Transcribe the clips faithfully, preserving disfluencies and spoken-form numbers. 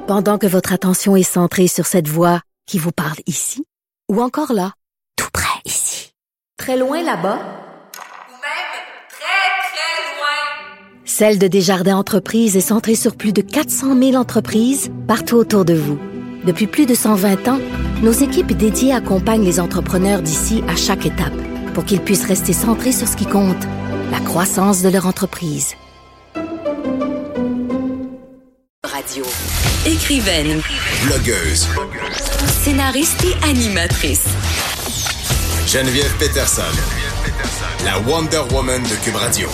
Pendant que votre attention est centrée sur cette voix qui vous parle ici, ou encore là, tout près ici, très loin là-bas, ou même très, très loin. Celle de Desjardins Entreprises est centrée sur plus de quatre cent mille entreprises partout autour de vous. Depuis plus de cent vingt ans, nos équipes dédiées accompagnent les entrepreneurs d'ici à chaque étape pour qu'ils puissent rester centrés sur ce qui compte, la croissance de leur entreprise. Radio. Écrivaine. Blogueuse. Scénariste et animatrice. Geneviève Peterson. La Wonder Woman de Cube Radio.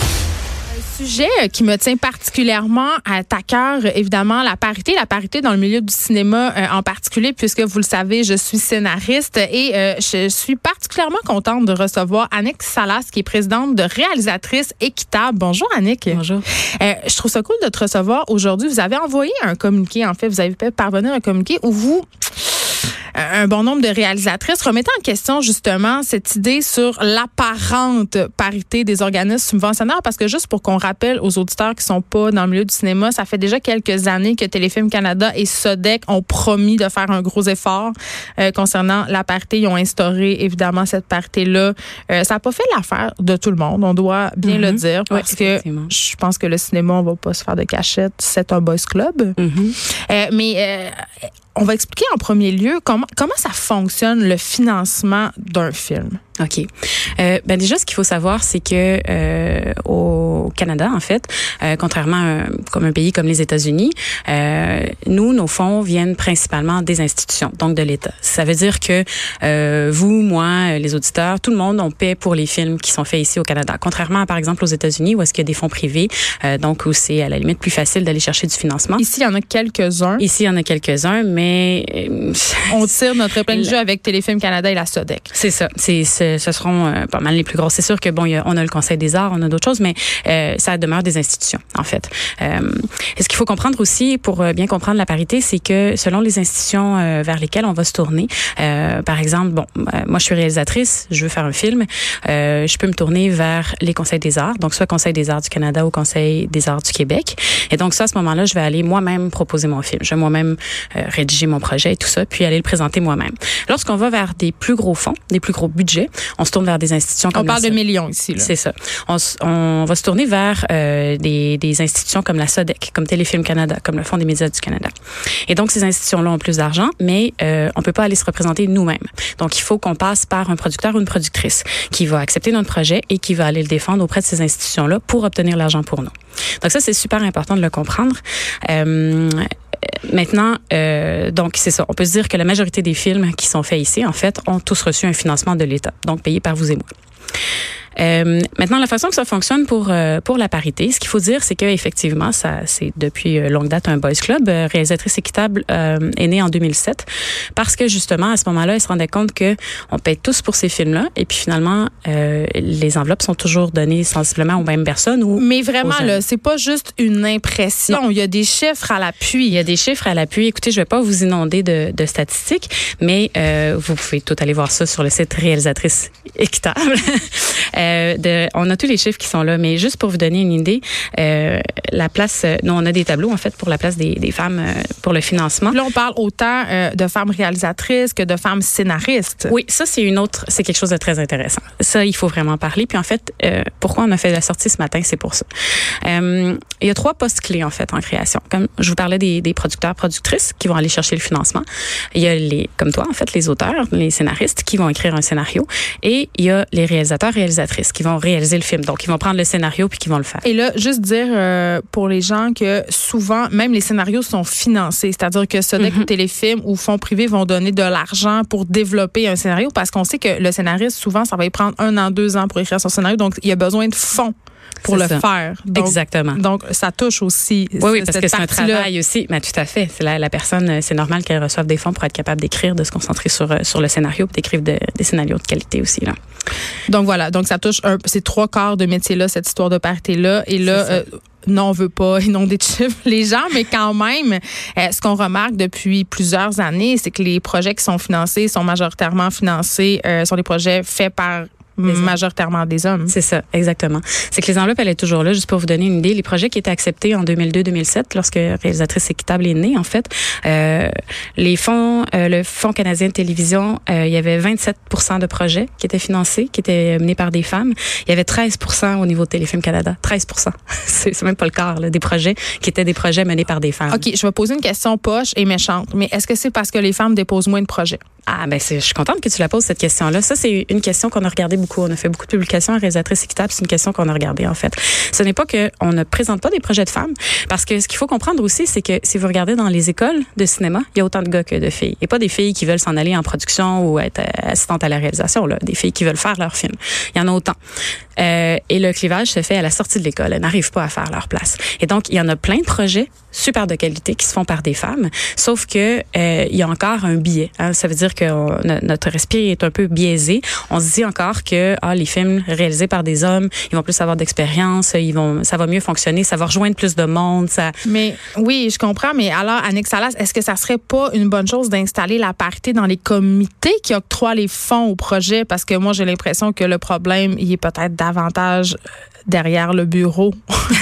Sujet qui me tient particulièrement à cœur, évidemment, la parité, la parité dans le milieu du cinéma euh, en particulier, puisque vous le savez, je suis scénariste et euh, je suis particulièrement contente de recevoir Annick Salas, qui est présidente de Réalisatrices Équitables. Bonjour Annick. Bonjour. Euh, je trouve ça cool de te recevoir aujourd'hui. Vous avez envoyé un communiqué, en fait, vous avez fait parvenir un communiqué où vous... un bon nombre de réalisatrices remettant en question justement cette idée sur l'apparente parité des organismes subventionnaires, parce que juste pour qu'on rappelle aux auditeurs qui sont pas dans le milieu du cinéma, ça fait déjà quelques années que Téléfilm Canada et Sodec ont promis de faire un gros effort euh, concernant la parité. Ils ont instauré évidemment cette parité-là. Euh, ça n'a pas fait l'affaire de tout le monde, on doit bien mm-hmm. le dire, parce ouais, que je pense que le cinéma, on va pas se faire de cachette, c'est un boys club. Mm-hmm. Euh, mais euh, on va expliquer en premier lieu comment, comment ça fonctionne le financement d'un film. OK. Euh, ben déjà, ce qu'il faut savoir, c'est que euh, au Canada, en fait, euh, contrairement à un, comme un pays comme les États-Unis, euh, nous, nos fonds viennent principalement des institutions, donc de l'État. Ça veut dire que euh, vous, moi, les auditeurs, tout le monde, on paie pour les films qui sont faits ici au Canada. Contrairement à, par exemple, aux États-Unis, où est-ce qu'il y a des fonds privés, euh, donc où c'est à la limite plus facile d'aller chercher du financement. Ici, il y en a quelques-uns. Ici, il y en a quelques-uns, mais... Euh, on tire notre épingle du jeu avec Téléfilm Canada et la Sodec. C'est ça. C'est, c'est ce seront euh, pas mal les plus grosses. C'est sûr que bon, y a, on a le Conseil des arts, on a d'autres choses, mais euh, ça demeure des institutions, en fait. Euh, et ce qu'il faut comprendre aussi, pour euh, bien comprendre la parité, c'est que selon les institutions euh, vers lesquelles on va se tourner, euh, par exemple, bon, euh, moi je suis réalisatrice, je veux faire un film, euh, je peux me tourner vers les Conseils des arts, donc soit Conseil des arts du Canada ou Conseil des arts du Québec. Et donc ça, à ce moment-là, je vais aller moi-même proposer mon film. Je vais moi-même euh, rédiger mon projet et tout ça, puis aller le présenter moi-même. Lorsqu'on va vers des plus gros fonds, des plus gros budgets, on se tourne vers des institutions comme on parle la de millions ici. Là. C'est ça. On, on va se tourner vers euh, des, des institutions comme la Sodec, comme Téléfilm Canada, comme le Fonds des médias du Canada. Et donc, ces institutions-là ont plus d'argent, mais euh, on peut pas aller se représenter nous-mêmes. Donc, il faut qu'on passe par un producteur ou une productrice qui va accepter notre projet et qui va aller le défendre auprès de ces institutions-là pour obtenir l'argent pour nous. Donc ça, c'est super important de le comprendre. Euh, Maintenant, euh, donc c'est ça. On peut se dire que la majorité des films qui sont faits ici, en fait, ont tous reçu un financement de l'État, donc payé par vous et moi. Euh, maintenant, la façon que ça fonctionne pour euh, pour la parité, ce qu'il faut dire, c'est que effectivement, ça c'est depuis longue date un boys club. Euh, Réalisatrices Équitables euh, est née en deux mille sept parce que justement à ce moment-là, ils se rendaient compte que on paye tous pour ces films-là, et puis finalement, euh, les enveloppes sont toujours données sensiblement aux mêmes personnes. Ou mais vraiment là, c'est pas juste une impression. Non. Il y a des chiffres à l'appui. Il y a des chiffres à l'appui. Écoutez, je vais pas vous inonder de, de statistiques, mais euh, vous pouvez tout aller voir ça sur le site Réalisatrices Équitables. Euh, de, on a tous les chiffres qui sont là, mais juste pour vous donner une idée, euh, la place, euh, nous on a des tableaux en fait pour la place des, des femmes euh, pour le financement. Là, on parle autant euh, de femmes réalisatrices que de femmes scénaristes. Oui, ça c'est une autre, c'est quelque chose de très intéressant. Ça, il faut vraiment parler. Puis en fait, euh, pourquoi on a fait la sortie ce matin, c'est pour ça. Euh, il y a trois postes clés en fait en création. Comme je vous parlais des, des producteurs, productrices qui vont aller chercher le financement. Il y a les, comme toi en fait, les auteurs, les scénaristes qui vont écrire un scénario, et il y a les réalisateurs, réalisatrices qui vont réaliser le film. Donc, ils vont prendre le scénario puis qui vont le faire. Et là, juste dire euh, pour les gens que souvent, même les scénarios sont financés. C'est-à-dire que Sodec mm-hmm. ou Téléfilm ou fonds privés vont donner de l'argent pour développer un scénario, parce qu'on sait que le scénariste, souvent, ça va y prendre un an, deux ans pour écrire son scénario. Donc, il y a besoin de fonds pour c'est le ça. faire. Donc, exactement. Donc, ça touche aussi. Oui, oui, parce que c'est un travail aussi. Mais tout à fait. C'est la, la personne, c'est normal qu'elle reçoive des fonds pour être capable d'écrire, de se concentrer sur, sur le scénario, puis d'écrire de, des scénarios de qualité aussi, là. Donc voilà, donc ça touche un, c'est trois quarts de métier-là, cette histoire de parité-là. Et là, euh, non, on veut pas inonder de chiffres les gens, mais quand même, euh, ce qu'on remarque depuis plusieurs années, c'est que les projets qui sont financés sont majoritairement financés, euh, sont des projets faits par majoritairement des hommes. C'est ça, exactement. C'est que les enveloppes, elle est toujours là. Juste pour vous donner une idée, les projets qui étaient acceptés en deux mille deux deux mille sept, lorsque Réalisatrice équitable est née, en fait, euh, les fonds, euh, le Fonds canadien de télévision, euh, il y avait vingt-sept pour cent de projets qui étaient financés, qui étaient menés par des femmes. Il y avait treize pour cent au niveau de Téléfilm Canada. treize pour cent. c'est, c'est même pas le quart, là, des projets qui étaient des projets menés par des femmes. OK, je vais poser une question poche et méchante, mais est-ce que c'est parce que les femmes déposent moins de projets? Ah, ben, c'est, je suis contente que tu la poses, cette question-là. Ça, c'est une question qu'on a regardée beaucoup. On a fait beaucoup de publications à Réalisatrice équitable. C'est une question qu'on a regardée, en fait. Ce n'est pas qu'on ne présente pas des projets de femmes, parce que ce qu'il faut comprendre aussi, c'est que si vous regardez dans les écoles de cinéma, il y a autant de gars que de filles. Et pas des filles qui veulent s'en aller en production ou être assistantes à la réalisation, là. Des filles qui veulent faire leur film. Il y en a autant. Euh, et le clivage se fait à la sortie de l'école. Elles n'arrivent pas à faire leur place. Et donc, il y en a plein de projets super de qualité qui se font par des femmes, sauf que euh, il y a encore un biais. Hein. Ça veut dire que on, notre esprit est un peu biaisé. On se dit encore que ah, les films réalisés par des hommes, ils vont plus avoir d'expérience, ils vont, ça va mieux fonctionner, ça va rejoindre plus de monde. Ça... Mais oui, je comprends. Mais alors, Annick Salas, est-ce que ça serait pas une bonne chose d'installer la parité dans les comités qui octroient les fonds au projet? Parce que moi, j'ai l'impression que le problème, il est peut-être davantage derrière le bureau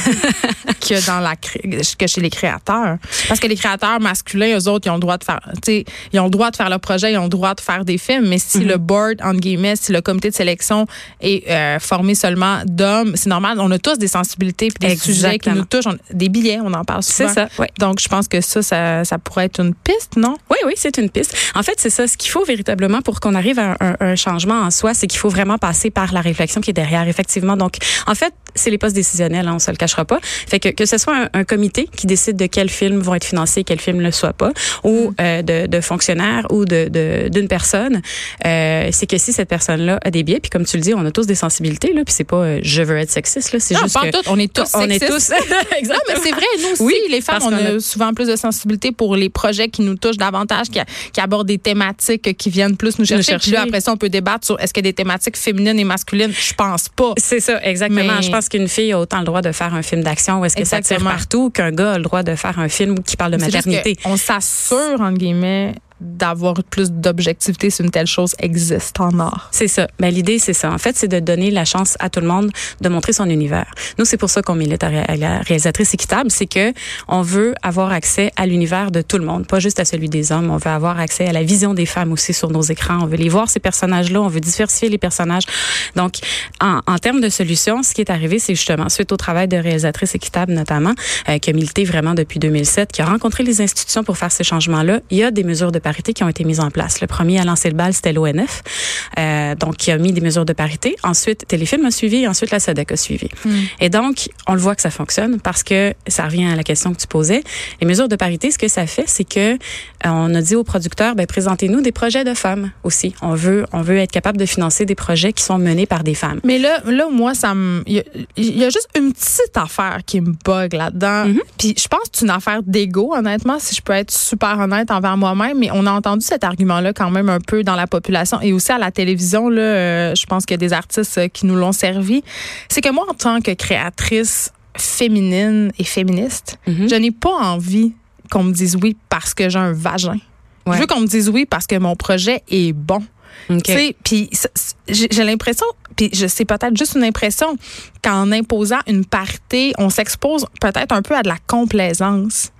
que dans la que chez les créateurs, parce que les créateurs masculins, eux autres, ils ont le droit de faire, tu sais, ils ont le droit de faire leur projet, ils ont le droit de faire des films, mais si mm-hmm. le board, entre guillemets, si le comité de sélection est euh, formé seulement d'hommes, c'est normal, on a tous des sensibilités puis des Exactement. Sujets qui nous touchent, on, des billets, on en parle souvent. C'est ça, oui. Donc je pense que ça, ça, ça pourrait être une piste, non? Oui, oui, c'est une piste. En fait, c'est ça, ce qu'il faut véritablement pour qu'on arrive à un, un changement en soi, c'est qu'il faut vraiment passer par la réflexion qui est derrière, effectivement. Donc, en fait, c'est les postes décisionnels, hein, on se le cachera pas. Fait que que ce soit un, un comité qui décide de quels films vont être financés, quels films ne le soient pas, ou euh, de, de fonctionnaires ou de, de d'une personne, euh, c'est que si cette personne-là a des biais, puis comme tu le dis, on a tous des sensibilités là, puis c'est pas euh, je veux être sexiste là, c'est non, juste pas que tout, on est tous on sexistes. est tous exactement. Non, mais c'est vrai, nous aussi, oui, les femmes, on a, a souvent plus de sensibilité pour les projets qui nous touchent davantage, qui, qui abordent des thématiques qui viennent plus nous chercher. Nous chercher. Puis là, après ça, on peut débattre sur est-ce qu'il y a des thématiques féminines et masculines. Je pense pas. C'est ça, exactement. Mais... Je pense qu'une fille a autant le droit de faire un film d'action où est-ce que Exactement. Ça tire partout qu'un gars a le droit de faire un film qui parle de c'est maternité. On s'assure, entre guillemets, d'avoir plus d'objectivité si une telle chose existe en art. C'est ça. Ben, l'idée, c'est ça. En fait, c'est de donner la chance à tout le monde de montrer son univers. Nous, c'est pour ça qu'on milite à la Réalisatrice équitable, c'est que on veut avoir accès à l'univers de tout le monde, pas juste à celui des hommes. On veut avoir accès à la vision des femmes aussi sur nos écrans. On veut les voir, ces personnages-là. On veut diversifier les personnages. Donc, en, en termes de solutions, ce qui est arrivé, c'est justement, suite au travail de Réalisatrice équitable, notamment, euh, qui a milité vraiment depuis deux mille sept, qui a rencontré les institutions pour faire ces changements-là, il y a des mesures de parité qui ont été mises en place. Le premier à lancer le bal, c'était l'O N F, euh, donc qui a mis des mesures de parité. Ensuite, Téléfilm a suivi, et ensuite la SODEC a suivi. Mm. Et donc, on le voit que ça fonctionne parce que ça revient à la question que tu posais. Les mesures de parité, ce que ça fait, c'est que euh, on a dit aux producteurs, ben présentez-nous des projets de femmes aussi. On veut, on veut être capable de financer des projets qui sont menés par des femmes. Mais là, là, moi, ça me, il y, y a juste une petite affaire qui me bug là-dedans. Mm-hmm. Puis je pense que c'est une affaire d'ego, honnêtement, si je peux être super honnête envers moi-même. Mais on a entendu cet argument-là quand même un peu dans la population et aussi à la télévision. Là, euh, je pense qu'il y a des artistes qui nous l'ont servi. C'est que moi, en tant que créatrice féminine et féministe, mm-hmm. je n'ai pas envie qu'on me dise oui parce que j'ai un vagin. Ouais. Je veux qu'on me dise oui parce que mon projet est bon. Okay. Puis j'ai, j'ai l'impression, puis je sais peut-être juste une impression, qu'en imposant une parité, on s'expose peut-être un peu à de la complaisance.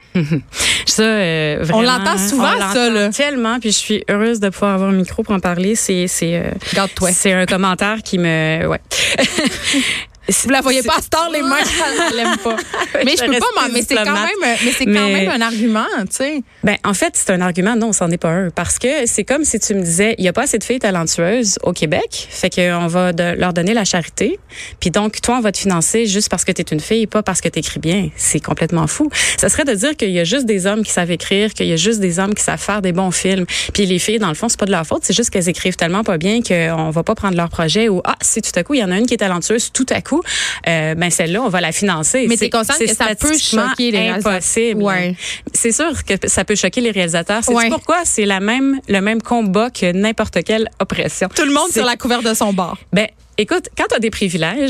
Ça, euh, vraiment, on l'entend souvent, on ça, là. Tellement, puis je suis heureuse de pouvoir avoir un micro pour en parler. C'est, c'est, euh, Garde-toi. C'est un commentaire qui me, ouais. Vous la voyez pas à ce temps, les mains, elle l'aime pas. Mais je, je peux pas, mais c'est quand même, mais c'est quand mais, même un argument, tu sais. Ben, en fait, c'est un argument, non, c'en est pas un. Parce que c'est comme si tu me disais, il y a pas assez de filles talentueuses au Québec, fait qu'on va de, leur donner la charité. Puis donc, toi, on va te financer juste parce que t'es une fille, pas parce que t'écris bien. C'est complètement fou. Ça serait de dire qu'il y a juste des hommes qui savent écrire, qu'il y a juste des hommes qui savent faire des bons films. Puis les filles, dans le fond, c'est pas de leur faute, c'est juste qu'elles écrivent tellement pas bien qu'on va pas prendre leur projet ou, ah, si tout à coup, il y en a une qui est talentueuse, tout à coup, Euh, ben celle-là, on va la financer. Mais t'es consciente que ça peut choquer les réalisateurs. Impossible. Ouais. C'est sûr que ça peut choquer les réalisateurs. C'est ouais. pourquoi c'est la même, le même combat que n'importe quelle oppression. Tout le monde c'est... sur la couverture de son bord. Ben, écoute, quand t'as des privilèges,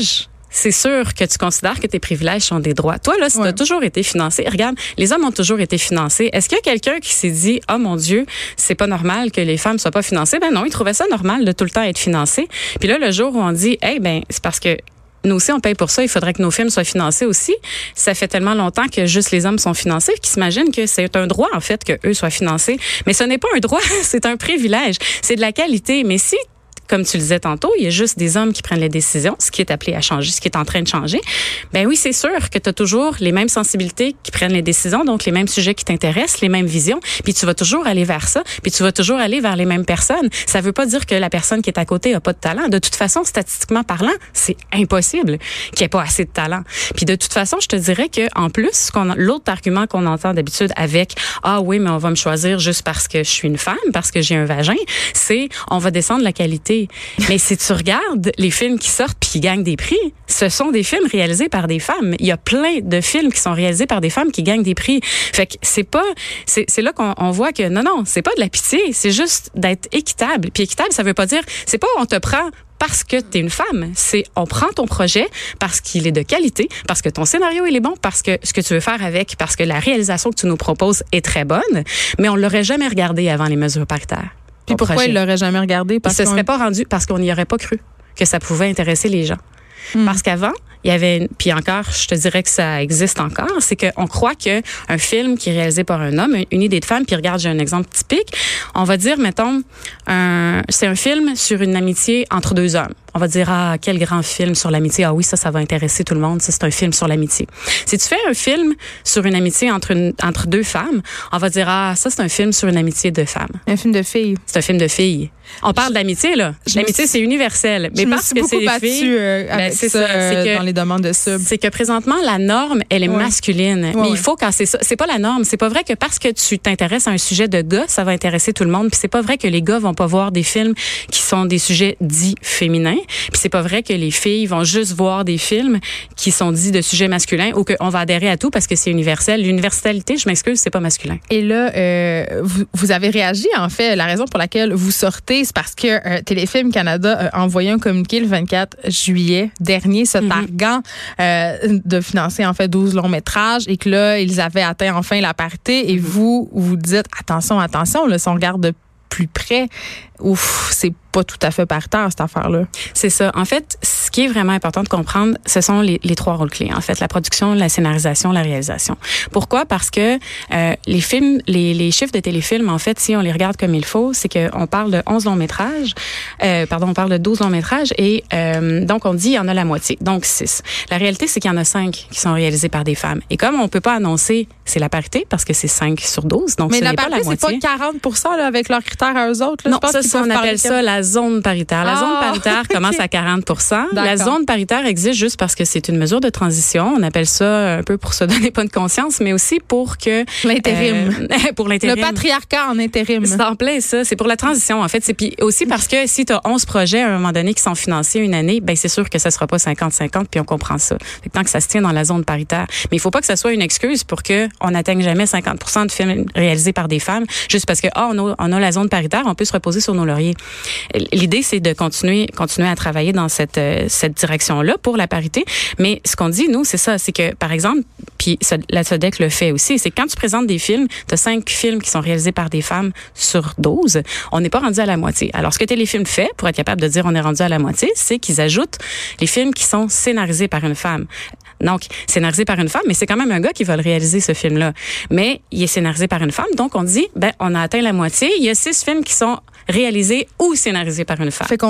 c'est sûr que tu considères que tes privilèges sont des droits. Toi, là, si ouais. tu as toujours été financé, regarde, les hommes ont toujours été financés. Est-ce qu'il y a quelqu'un qui s'est dit, oh mon Dieu, c'est pas normal que les femmes soient pas financées? Ben non, ils trouvaient ça normal de tout le temps être financés. Puis là, le jour où on dit, hey, ben, c'est parce que nous aussi, on paye pour ça. Il faudrait que nos films soient financés aussi. Ça fait tellement longtemps que juste les hommes sont financés qu'ils s'imaginent que c'est un droit, en fait, qu'eux soient financés. Mais ce n'est pas un droit, c'est un privilège. C'est de la qualité. Mais si, comme tu le disais tantôt, il y a juste des hommes qui prennent les décisions, ce qui est appelé à changer, ce qui est en train de changer. Ben oui, c'est sûr que tu as toujours les mêmes sensibilités qui prennent les décisions, donc les mêmes sujets qui t'intéressent, les mêmes visions, puis tu vas toujours aller vers ça, puis tu vas toujours aller vers les mêmes personnes. Ça veut pas dire que la personne qui est à côté a pas de talent. De toute façon, statistiquement parlant, c'est impossible qu'il n'y ait pas assez de talent. Puis de toute façon, je te dirais que en plus, qu'on a, l'autre argument qu'on entend d'habitude avec « Ah oui, mais on va me choisir juste parce que je suis une femme, parce que j'ai un vagin », c'est « On va descendre la qualité ». Mais si tu regardes les films qui sortent puis qui gagnent des prix, ce sont des films réalisés par des femmes. Il y a plein de films qui sont réalisés par des femmes qui gagnent des prix. Fait que c'est pas, c'est, c'est là qu'on on voit que non, non, c'est pas de la pitié, c'est juste d'être équitable. Puis équitable, ça veut pas dire, c'est pas on te prend parce que t'es une femme. C'est on prend ton projet parce qu'il est de qualité, parce que ton scénario il est bon, parce que ce que tu veux faire avec, parce que la réalisation que tu nous proposes est très bonne, mais on l'aurait jamais regardé avant les mesures paritaires. Puis pourquoi projet. Il l'aurait jamais regardé? Parce il se serait pas rendu, parce qu'on n'y aurait pas cru que ça pouvait intéresser les gens. Hmm. Parce qu'avant, il y avait, puis encore, je te dirais que ça existe encore, c'est qu'on croit que un film qui est réalisé par un homme, une idée de femme, puis regarde, j'ai un exemple typique, on va dire, mettons, un, c'est un film sur une amitié entre deux hommes. On va dire, ah, quel grand film sur l'amitié. Ah oui, ça, ça va intéresser tout le monde. Ça, c'est un film sur l'amitié. Si tu fais un film sur une amitié entre, une, entre deux femmes, on va dire, ah, ça, c'est un film sur une amitié de femmes. Un film de filles. C'est un film de filles. On parle d'amitié, là. L'amitié, c'est universel. Mais je parce me suis que c'est les filles, euh, avec ben, c'est ça, ça c'est que, dans les demandes de sub. C'est que présentement, la norme, elle est ouais. masculine. Ouais, mais ouais. il faut quand c'est ça. C'est pas la norme. C'est pas vrai que parce que tu t'intéresses à un sujet de gars, ça va intéresser tout le monde. Puis c'est pas vrai que les gars vont pas voir des films qui sont des sujets dits féminins. Puis c'est pas vrai que les filles vont juste voir des films qui sont dits de sujets masculins ou qu'on va adhérer à tout parce que c'est universel. L'universalité, je m'excuse, c'est pas masculin. Et là, euh, vous, vous avez réagi, en fait. La raison pour laquelle vous sortez, c'est parce que euh, Téléfilm Canada a envoyé un communiqué le vingt-quatre juillet dernier se targuant mm-hmm. euh, de financer, en fait, douze longs métrages et que là, ils avaient atteint enfin la parité. Et mm-hmm. vous, vous dites, attention, attention, là, si on regarde de plus près, ouf, c'est pas tout à fait paritaire, cette affaire-là. C'est ça. En fait, ce qui est vraiment important de comprendre, ce sont les, les trois rôles clés. En fait, la production, la scénarisation, la réalisation. Pourquoi? Parce que euh, les films, les, les chiffres de téléfilms, en fait, si on les regarde comme il faut, c'est qu'on parle de onze longs métrages, euh, pardon, on parle de douze longs métrages et euh, donc on dit il y en a la moitié, donc six. La réalité, c'est qu'il y en a cinq qui sont réalisés par des femmes. Et comme on peut pas annoncer, c'est la parité parce que c'est cinq sur douze, donc mais ce la n'est parité, pas la moitié. Mais c'est pas quarante pour cent là, avec leurs critères à eux autres? Là, non, ça, ça on appelle ça la zone paritaire. La ah, zone paritaire okay. commence à quarante pour cent. D'accord. La zone paritaire existe juste parce que c'est une mesure de transition. On appelle ça un peu pour se donner bonne conscience, mais aussi pour que... L'intérim. Euh, pour l'intérim. Le patriarcat en intérim. C'est en plein ça. C'est pour la transition, en fait. C'est puis aussi parce que si tu as onze projets à un moment donné qui sont financés une année, ben c'est sûr que ça sera pas cinquante cinquante, puis on comprend ça. Fait que tant que ça se tient dans la zone paritaire. Mais il faut pas que ça soit une excuse pour que on n'atteigne jamais cinquante pour cent de films réalisés par des femmes, juste parce que, ah, oh, on, on a la zone paritaire, on peut se reposer sur nos lauriers. L'idée, c'est de continuer, continuer à travailler dans cette, cette direction-là pour la parité. Mais ce qu'on dit, nous, c'est ça, c'est que, par exemple, puis la SODEC le fait aussi, c'est quand tu présentes des films, tu as cinq films qui sont réalisés par des femmes sur douze, on n'est pas rendu à la moitié. Alors, ce que Téléfilm fait, pour être capable de dire on est rendu à la moitié, c'est qu'ils ajoutent les films qui sont scénarisés par une femme. Donc, scénarisé par une femme, mais c'est quand même un gars qui va le réaliser, ce film-là. Mais il est scénarisé par une femme, donc on dit, ben, on a atteint la moitié. Il y a six films qui sont réalisés ou scénarisés par une femme. Fait qu'on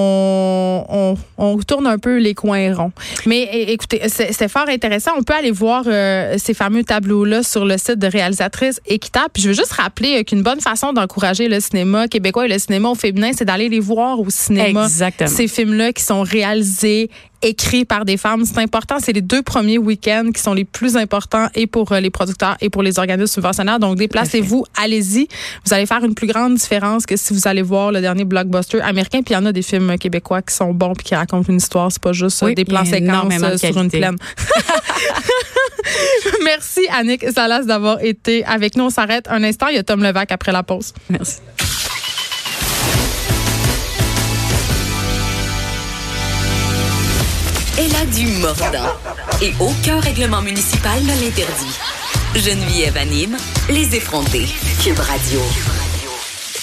on, on, on tourne un peu les coins ronds. Mais écoutez, c'est, c'est fort intéressant. On peut aller voir euh, ces fameux tableaux-là sur le site de Réalisatrices Équitable. Puis je veux juste rappeler qu'une bonne façon d'encourager le cinéma québécois et le cinéma au féminin, c'est d'aller les voir au cinéma. Exactement. Ces films-là qui sont réalisés, écrits par des femmes. C'est important. C'est les deux premiers week-ends qui sont les plus importants et pour les producteurs et pour les organismes subventionnaires. Donc, déplacez-vous, allez-y. Vous allez faire une plus grande différence que si vous allez voir le dernier blockbuster américain. Puis il y en a des films québécois qui sont bons puis qui racontent une histoire. C'est pas juste oui, des plans séquences de sur une plaine. Merci, Annick Salas, d'avoir été avec nous. On s'arrête un instant. Il y a Tom Levac après la pause. Merci. Elle a du mordant. Et aucun règlement municipal ne l'interdit. Geneviève anime Les effrontés. Cube Radio.